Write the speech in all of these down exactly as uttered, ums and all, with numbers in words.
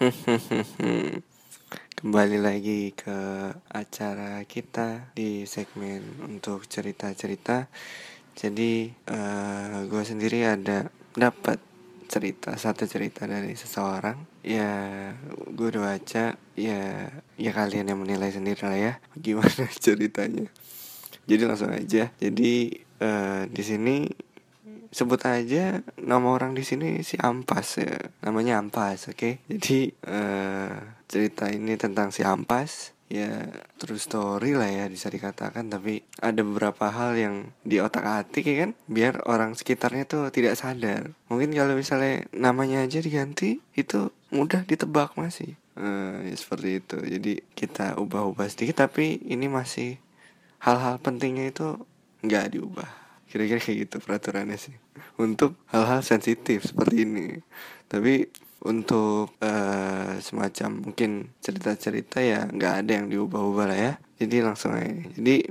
Kembali lagi ke acara kita di segmen untuk cerita-cerita. Jadi uh, gue sendiri ada dapat cerita satu cerita dari seseorang. Ya gue udah baca. Ya ya kalian yang menilai sendiri lah ya gimana ceritanya. Jadi langsung aja. Jadi uh, di sini sebut aja nama orang di sini si Ampas ya, namanya Ampas, oke? Okay? Jadi uh, cerita ini tentang si Ampas, ya true story lah ya bisa dikatakan, tapi ada beberapa hal yang di otak-atik ya kan, biar orang sekitarnya tuh tidak sadar. Mungkin kalau misalnya namanya aja diganti, itu mudah ditebak masih. Uh, ya seperti itu. Jadi kita ubah-ubah sedikit, tapi ini masih hal-hal pentingnya itu nggak diubah. Kira-kira kayak gitu peraturannya sih untuk hal-hal sensitif seperti ini. Tapi untuk uh, semacam mungkin cerita-cerita ya nggak ada yang diubah-ubah lah ya. Jadi langsung aja. Jadi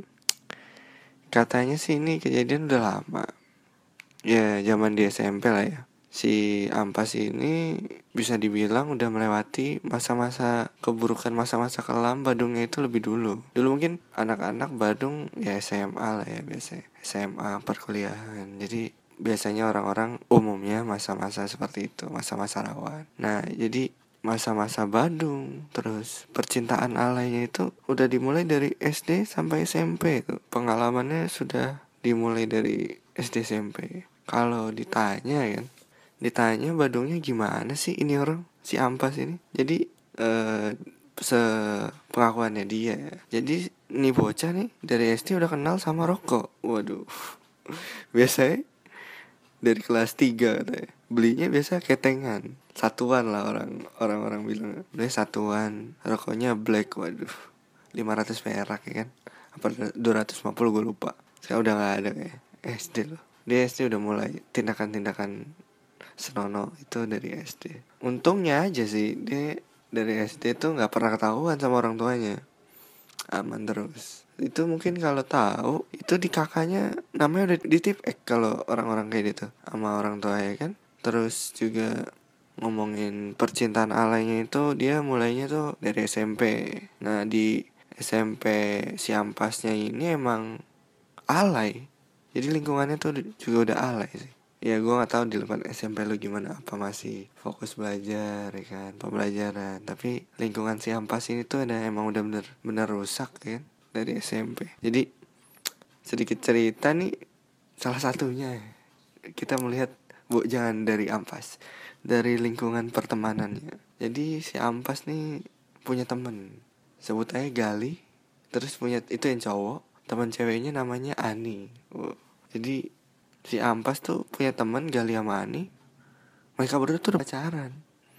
katanya sih ini kejadian udah lama. Ya zaman di S M P lah ya. Si Ampas ini bisa dibilang udah melewati masa-masa keburukan, masa-masa kelam Badungnya itu lebih dulu. Dulu mungkin anak-anak Badung ya S M A lah ya biasanya. S M A perkuliahan. Jadi biasanya orang-orang umumnya masa-masa seperti itu, masa-masa rawan. Nah jadi masa-masa Badung, terus percintaan alaynya itu udah dimulai dari S D sampai S M P tuh. Pengalamannya sudah dimulai dari S D S M P. Kalau ditanya kan, ditanya Badungnya gimana sih ini orang, si Ampas ini. Jadi eh, sepengakuannya dia ya. Jadi nih bocah nih dari S D udah kenal sama rokok. Waduh. Biasanya dari kelas tiga katanya. Belinya biasa ketengan. Satuan lah orang orang-orang bilang. Beli satuan, rokoknya black. Waduh. lima ratus perak ya kan. Apa dua ratus lima puluh gue lupa. Sekarang udah enggak ada kayak S D loh. Di S D udah mulai tindakan-tindakan senonoh itu dari S D. Untungnya aja sih dia dari S D tuh nggak pernah ketahuan sama orang tuanya, aman terus. Itu mungkin kalau tahu itu di kakaknya namanya udah ditip eh kalau orang-orang kayak gitu sama orang tua ya kan. Terus juga ngomongin percintaan alaynya itu dia mulainya tuh dari S M P. Nah di S M P si Ampasnya ini emang alay. Jadi lingkungannya tuh juga udah alay sih. Ya gue gak tahu di depan S M P lu gimana. Apa masih fokus belajar ya kan, pembelajaran. Tapi lingkungan si Ampas ini tuh ada emang udah bener bener rusak kan dari S M P. Jadi sedikit cerita nih. Salah satunya kita melihat bu jangan dari Ampas, dari lingkungan pertemanannya. Jadi si Ampas nih punya temen, sebut aja Gali. Terus punya itu yang cowok, teman ceweknya namanya Ani. Wow. Jadi si Ampas tuh punya teman Gali sama Ani. Mereka berdua tuh udah pacaran.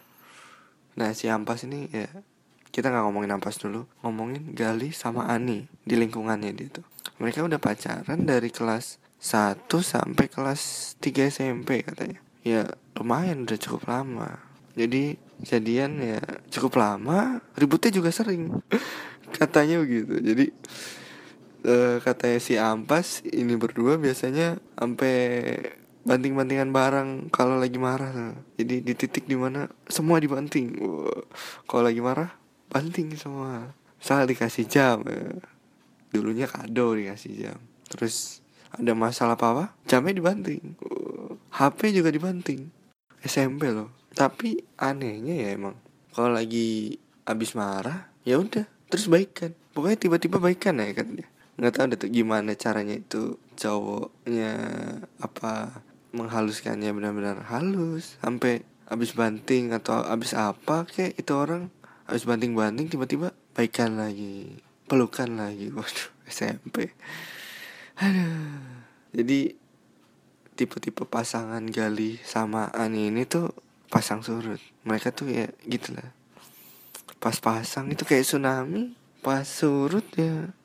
Nah si Ampas ini ya, kita gak ngomongin Ampas dulu, ngomongin Gali sama Ani di lingkungannya dia tuh. Mereka udah pacaran dari kelas satu sampai kelas tiga S M P katanya. Ya lumayan udah cukup lama. Jadi jadian ya cukup lama, ributnya juga sering. Katanya begitu. Jadi uh, katanya si Ampas ini berdua biasanya sampai banting-bantingan barang kalau lagi marah tuh. Jadi di titik dimana semua dibanting. Wow. Kalau lagi marah banting semua. Misal dikasih jam ya. Dulunya kado dikasih jam. Terus ada masalah apa-apa jamnya dibanting. Wow. H P juga dibanting. S M P loh. Tapi anehnya ya emang kalau lagi abis marah ya udah terus baikan. Pokoknya tiba-tiba baikan ya katanya. Nggak tahu deh tuh gimana caranya itu cowoknya apa menghaluskannya benar-benar halus sampai abis banting atau abis apa kayak itu orang abis banting-banting tiba-tiba baikan lagi, pelukan lagi. Waduh, S M P. Aduh. Jadi tipe-tipe pasangan Gali sama Ani ini tuh pasang surut. Mereka tuh ya gitulah. Pas pasang itu kayak tsunami, pas surut ya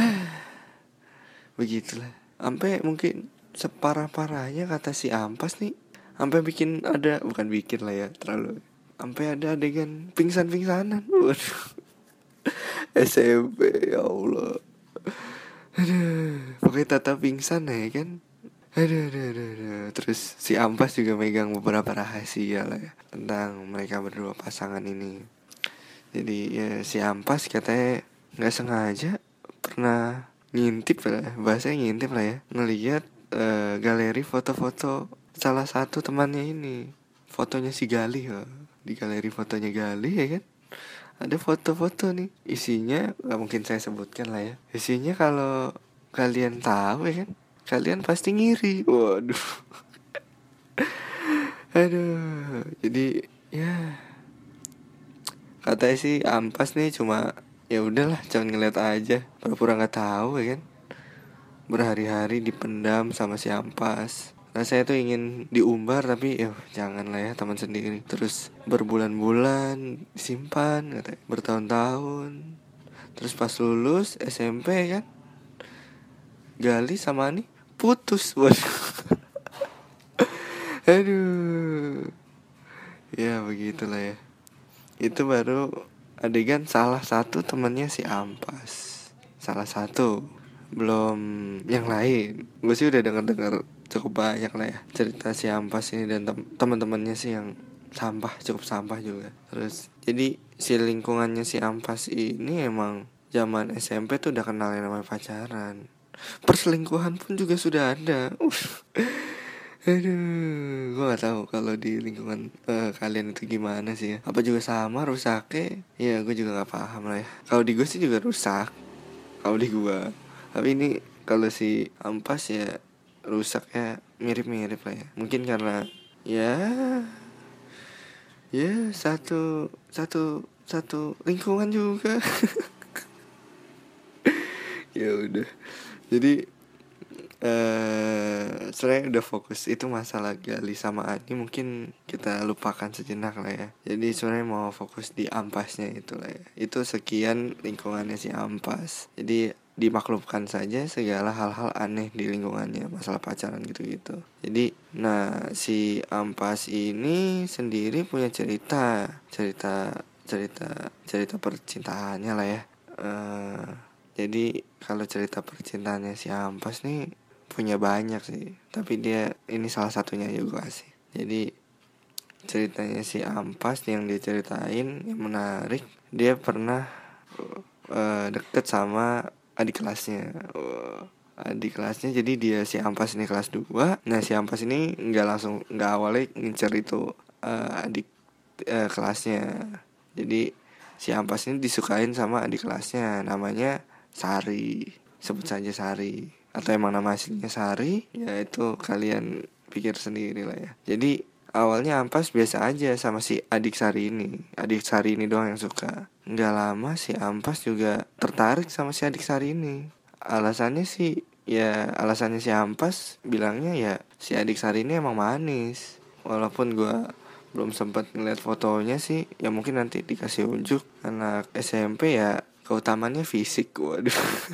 begitulah. Sampai mungkin separah-parahnya kata si Ampas nih, sampai bikin ada bukan bikin lah ya terlalu, sampai ada adegan pingsan-pingsanan. Waduh. S M P ya Allah. Aduh, pokoknya tata pingsan ya kan. Aduh, aduh, aduh, aduh. Terus si Ampas juga megang beberapa rahasia lah ya tentang mereka berdua pasangan ini. Jadi ya si Ampas katanya nggak sengaja pernah ngintip lah, bahasanya ngintip lah ya, ngelihat uh, galeri foto-foto salah satu temannya ini. Fotonya si Gali ya. Di galeri fotonya Gali ya kan, ada foto-foto nih. Isinya nggak mungkin saya sebutkan lah ya. Isinya kalau kalian tahu ya kan, kalian pasti ngiri. Waduh. Aduh. Jadi ya katanya sih Ampas nih cuma ya udahlah, jangan ngeliat aja, pura-pura nggak tahu ya kan. Berhari-hari dipendam sama si Ampas. Rasanya tuh ingin diumbar tapi ya janganlah ya, teman sendiri. Terus berbulan-bulan disimpan katanya, bertahun-tahun. Terus pas lulus S M P kan, Gali sama Ani putus. Waduh. Aduh. Ya begitulah ya. Itu baru adegan salah satu temannya si Ampas. Salah satu, belum yang lain. Gue sih udah denger-denger cukup banyak lah ya cerita si Ampas ini dan tem- teman-temannya sih yang sampah, cukup sampah juga. Terus jadi si lingkungannya si Ampas ini emang zaman S M P tuh udah kenal yang namanya pacaran. Perselingkuhan pun juga sudah ada. Aduh, gue gak tahu kalau di lingkungan uh, kalian itu gimana sih ya. Apa juga sama rusaknya? Ya gue juga gak paham lah ya. Kalau di gue sih juga rusak, kalau di gue. Tapi ini kalau si Ampas ya rusaknya mirip-mirip lah ya. Mungkin karena ya ya satu satu satu lingkungan juga. Ya udah. Jadi Uh, sebenarnya udah fokus itu masalah Gali sama Ani, mungkin kita lupakan sejenak lah ya. Jadi sebenarnya mau fokus di Ampasnya itu lah ya. Itu sekian lingkungannya si Ampas. Jadi dimaklumkan saja segala hal-hal aneh di lingkungannya, masalah pacaran gitu-gitu. Jadi nah si Ampas ini sendiri punya cerita cerita cerita cerita percintaannya lah ya. Uh, jadi kalau cerita percintaannya si Ampas nih punya banyak sih, tapi dia ini salah satunya juga sih. Jadi ceritanya si Ampas yang dia ceritain yang menarik, dia pernah uh, deket sama adik kelasnya. uh, adik kelasnya, jadi dia si Ampas ini kelas dua. Nah si Ampas ini nggak langsung nggak awalnya ngincer itu uh, adik uh, kelasnya. Jadi si Ampas ini disukain sama adik kelasnya, namanya Sari, sebut saja Sari, atau emang nama aslinya Sari, ya itu kalian pikir sendiri lah ya. Jadi awalnya Ampas biasa aja sama si adik Sari ini. Adik Sari ini doang yang suka. Nggak lama si Ampas juga tertarik sama si adik Sari ini. Alasannya sih ya alasannya si Ampas bilangnya ya si adik Sari ini emang manis. Walaupun gue belum sempat ngeliat fotonya sih, ya mungkin nanti dikasih unjuk. Anak S M P ya keutamannya fisik. Waduh.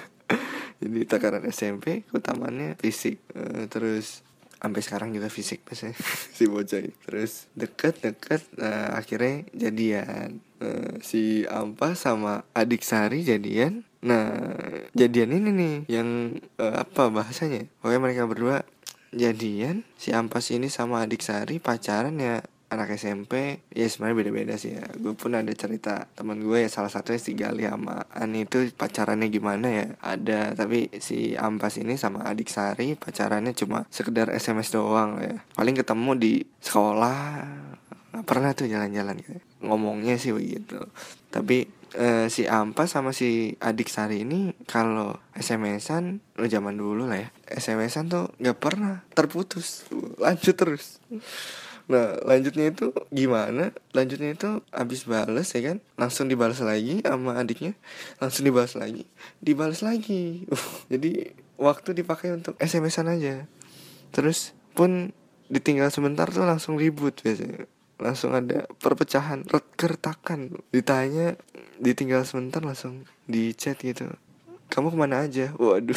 Jadi takaran S M P keutamannya fisik. uh, Terus sampai sekarang juga fisik biasanya si bocah ini. Terus deket-deket uh, akhirnya jadian. uh, Si Ampas sama adik Sari jadian. Nah jadian ini nih yang uh, apa bahasanya, pokoknya mereka berdua jadian. Si Ampas ini sama adik Sari pacaran ya anak S M P. Ya sebenarnya beda-beda sih ya. Gue pun ada cerita teman gue ya, salah satunya si Gali sama Ani itu pacarannya gimana ya ada. Tapi si Ampas ini sama adik Sari pacarannya cuma sekedar S M S doang ya. Paling ketemu di sekolah, gak pernah tuh jalan-jalan gitu. Ngomongnya sih begitu. Tapi eh, si Ampas sama si adik Sari ini kalau S M S-an lo zaman dulu lah ya, S M S-an tuh gak pernah terputus, lanjut terus. Nah lanjutnya itu gimana? Lanjutnya itu abis bales ya kan, langsung dibalas lagi sama adiknya, langsung dibalas lagi, dibalas lagi. uh, Jadi waktu dipakai untuk S M S-an aja. Terus pun ditinggal sebentar tuh langsung ribut biasanya. Langsung ada perpecahan, keretakan. Ditanya, ditinggal sebentar langsung di chat gitu, kamu kemana aja? Waduh.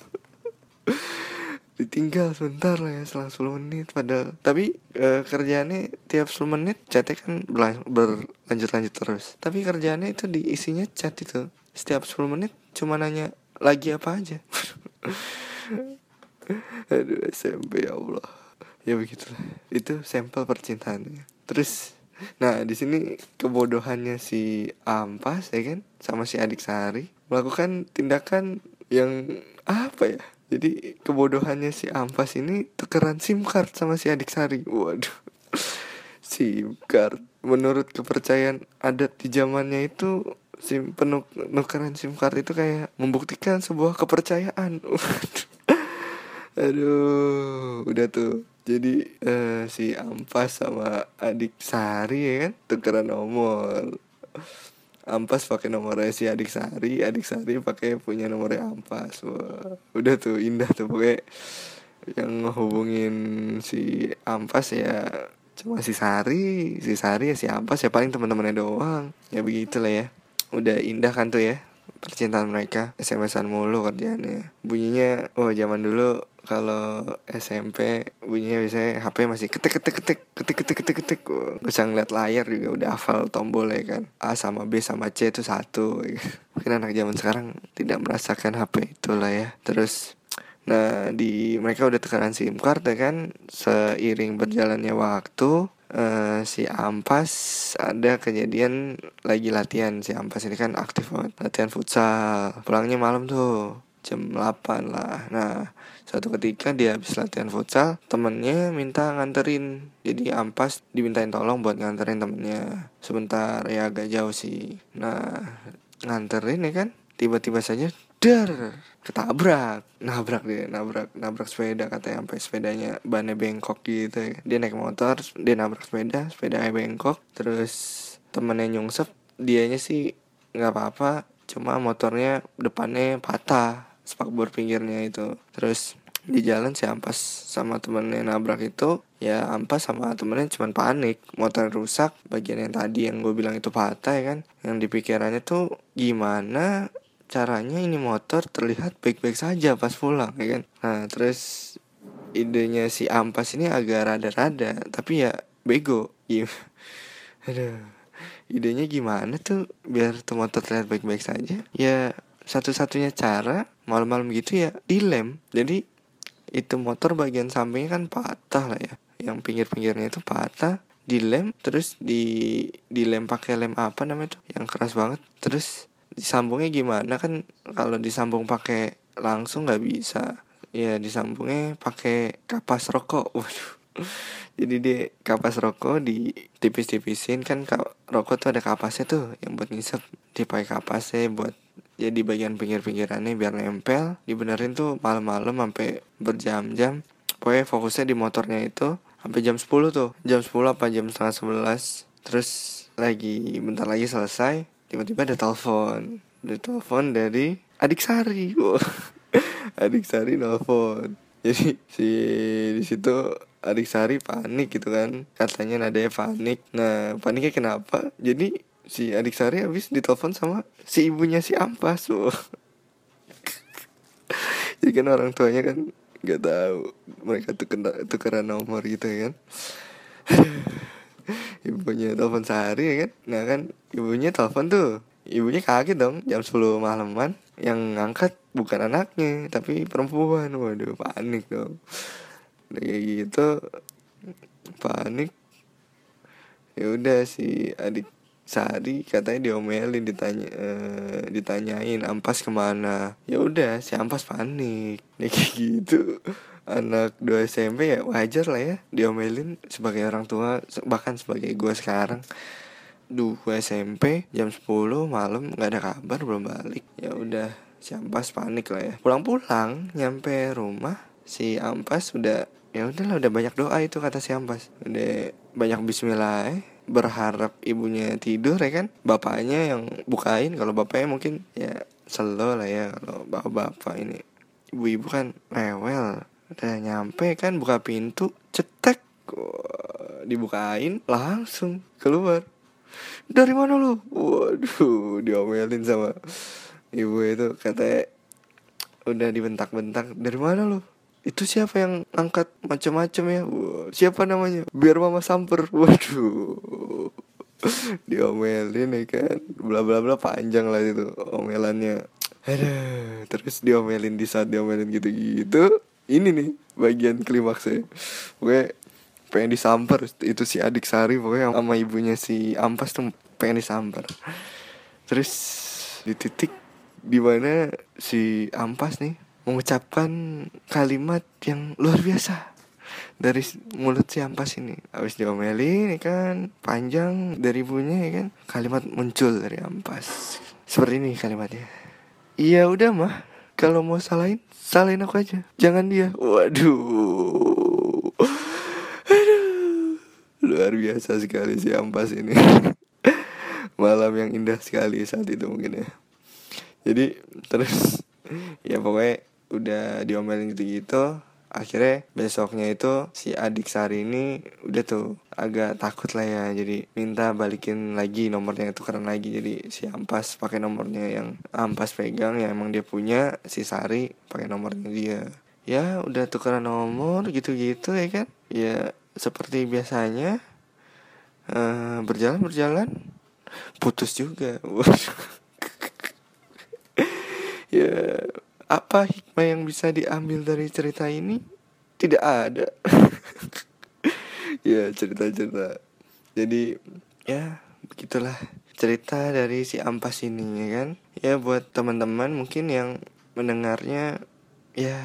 Ditinggal sebentar lah ya, selang sepuluh menit padahal. Tapi e, kerjaannya tiap sepuluh menit chatnya kan berlanjut-lanjut terus. Tapi kerjaannya itu diisinya chat itu. Setiap sepuluh menit cuma nanya lagi apa aja. Aduh, S M P, ya Allah. Ya begitulah. Itu sampel percintaannya. Terus nah di sini kebodohannya si Ampas ya kan sama si Adik Sari melakukan tindakan yang apa ya? Jadi kebodohannya si Ampas ini tukeran SIM card sama si Adik Sari. Waduh. SIM card. Menurut kepercayaan adat di zamannya itu, SIM penukaran SIM card itu kayak membuktikan sebuah kepercayaan. Aduh, udah tuh. Jadi uh, si Ampas sama Adik Sari ya kan tukeran nomor. Ampas pakai nomornya si Adik Sari, Adik Sari pakai punya nomornya Ampas. Wah, udah tuh indah tuh pokoknya. Yang ngehubungin si Ampas ya cuma si Sari, si Sari ya si Ampas ya paling teman-temannya doang. Ya begitulah ya. Udah indah kan tuh ya percintaan mereka. S M S-an mulu kerjaannya. Bunyinya oh zaman dulu kalau S M P bunyinya biasanya H P masih ketik ketik ketik ketik ketik ketik ketik. Gak usah ngeliat layar juga udah hafal tombol ya kan. A sama B sama C itu satu. Mungkin anak zaman sekarang tidak merasakan H P itulah ya. Terus nah di mereka udah tekanan SIM card ya kan. Seiring berjalannya waktu uh, si Ampas ada kejadian lagi latihan. Si Ampas ini kan aktif banget latihan futsal. Pulangnya malam tuh jam delapan lah. Nah suatu ketika dia habis latihan futsal, temennya minta nganterin. Jadi Ampas dimintain tolong buat nganterin temennya. Sebentar ya agak jauh sih. Nah nganterin ya kan, tiba-tiba saja dar ketabrak, nabrak dia, nabrak nabrak sepeda katanya sampai sepedanya bannya bengkok gitu ya. Dia naik motor, dia nabrak sepeda, sepedanya bengkok, terus temennya nyungsep, dianya sih nggak apa-apa, cuma motornya depannya patah, spakbor pinggirnya itu. Terus di jalan si Ampas sama temennya nabrak itu, ya Ampas sama temennya cuman panik, motor rusak, bagian yang tadi yang gue bilang itu patah ya kan. Yang dipikirannya tuh gimana caranya ini motor terlihat baik-baik saja pas pulang ya kan. Nah terus idenya si Ampas ini agak rada-rada, tapi ya bego. Aduh, idenya gimana tuh biar tuh motor terlihat baik-baik saja? Ya satu-satunya cara malam-malam gitu ya dilem. Jadi itu motor bagian sampingnya kan patah lah ya, yang pinggir-pinggirnya itu patah, dilem, terus di dilem pakai lem apa namanya tuh yang keras banget. Terus disambungnya gimana kan, kalau disambung pakai langsung nggak bisa ya, disambungnya pakai kapas rokok. Waduh. Jadi dia kapas rokok di tipis-tipisin kan, rokok tuh ada kapasnya tuh yang buat ngisep, dipakai kapasnya buat jadi bagian pinggir-pinggirannya biar nempel. Dibenerin tuh malam-malam sampai berjam-jam. Pokoknya fokusnya di motornya itu sampai jam sepuluh tuh, jam sepuluh apa jam setengah sebelas. Terus lagi bentar lagi selesai, tiba-tiba ada telepon, ada telepon dari Adik Sari. Wow. Adik Sari nelfon. Jadi si di situ Adik Sari panik gitu kan, katanya nadanya panik. Nah paniknya kenapa? Jadi si Adik Sari habis ditelepon sama si ibunya si Ampas. Wow. Jadi kan orang tuanya kan nggak tahu, mereka tuh kena tukeran nomor gitu ya kan. Ibunya telepon Sari ya kan. Nah kan ibunya telepon tuh, ibunya kaget dong, jam sepuluh malaman. Yang ngangkat bukan anaknya tapi perempuan. Waduh panik dong. Udah kayak gitu panik, ya udah si Adik Sari katanya diomelin, ditanya uh, ditanyain Ampas kemana. Ya udah si Ampas panik. Ya kayak gitu. Anak dua S M P ya wajar lah ya diomelin sebagai orang tua, bahkan sebagai gue sekarang. Dua S M P jam sepuluh malam nggak ada kabar, belum balik. Ya udah si Ampas panik lah ya. Pulang-pulang nyampe rumah si Ampas udah, ya udahlah udah banyak doa itu kata si Ampas. Udah banyak bismillah, eh. Berharap ibunya tidur ya kan. Bapaknya yang bukain, kalau bapaknya mungkin ya selo lah ya. Kalau bapak-bapak ini, ibu-ibu kan rewel. Udah nyampe kan buka pintu, cetek, dibukain langsung keluar. Dari mana lu? Waduh, diomelin sama ibu itu, katanya udah dibentak-bentak. Dari mana lu? Itu siapa yang angkat macam-macam ya? Wah, siapa namanya? Biar mama samper. Waduh. Diomelin ya kan. Bla bla bla panjang lah itu omelannya. Aduh, terus diomelin, di saat diomelin gitu-gitu ini nih bagian klimaksnya. Gue pengen disamper itu si adik Sari, pokoknya sama ibunya si Ampas tuh pengen disamper. Terus di titik dimana si Ampas nih mengucapkan kalimat yang luar biasa dari mulut si Ampas ini. Habis diomelin ya kan, panjang dari ibunya ya kan, kalimat muncul dari Ampas seperti ini kalimatnya. Iya udah mah, kalau mau salahin, salahin aku aja, jangan dia. Waduh, aduh, luar biasa sekali si Ampas ini. Malam yang indah sekali saat itu mungkin ya. Jadi terus ya pokoknya udah diomelin gitu-gitu. Akhirnya besoknya itu si adik Sari ini udah tuh agak takut lah ya, jadi minta balikin lagi nomornya, tukeran lagi. Jadi si Ampas pakai nomornya yang Ampas pegang, ya emang dia punya. Si Sari pakai nomornya dia. Ya udah tukeran nomor gitu-gitu ya kan. Ya seperti biasanya, uh, berjalan-berjalan putus juga. Ya, apa hikmah yang bisa diambil dari cerita ini? Tidak ada. Ya, cerita-cerita. Jadi, ya begitulah cerita dari si Ampas ini ya kan. Ya buat teman-teman mungkin yang mendengarnya, ya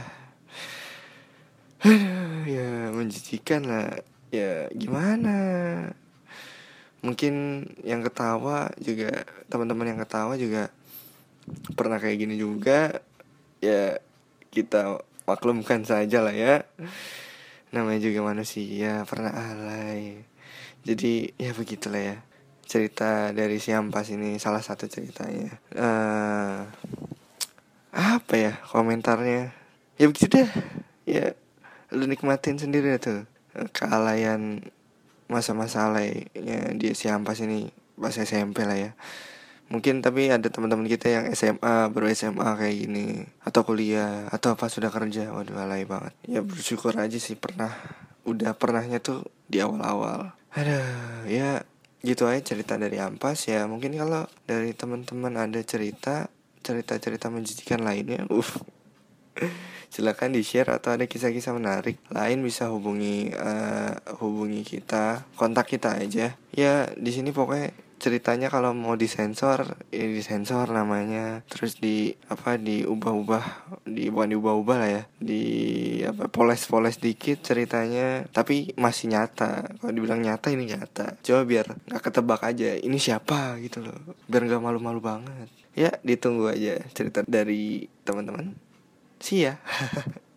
ya menjijikan lah. Ya gimana? Mungkin yang ketawa juga, teman-teman yang ketawa juga pernah kayak gini juga. Ya kita maklumkan saja lah ya, namanya juga manusia, pernah alay. Jadi ya begitulah ya cerita dari si Ampas ini, salah satu ceritanya. uh, Apa ya komentarnya, ya begitu dah. Ya lu nikmatin sendiri tuh kealayan masa-masa alaynya dia si Ampas ini pas S M P lah ya. Mungkin tapi ada teman-teman kita yang S M A, baru S M A kayak gini, atau kuliah, atau apa sudah kerja. Waduh alay banget. Ya bersyukur aja sih pernah, udah pernahnya tuh di awal-awal. Aduh, ya gitu aja cerita dari Ampas ya. Mungkin kalau dari teman-teman ada cerita, cerita-cerita menjijikan lainnya, uh, silakan di-share, atau ada kisah-kisah menarik lain bisa hubungi uh, hubungi kita, kontak kita aja. Ya di sini pokoknya ceritanya kalau mau disensor, ya disensor namanya. Terus di apa diubah-ubah, di bukan diubah-ubah lah ya, di apa poles-poles dikit ceritanya, tapi masih nyata. Kalau dibilang nyata, ini nyata. Coba biar nggak ketebak aja ini siapa gitu loh, biar nggak malu-malu banget. Ya ditunggu aja cerita dari teman-teman. See ya.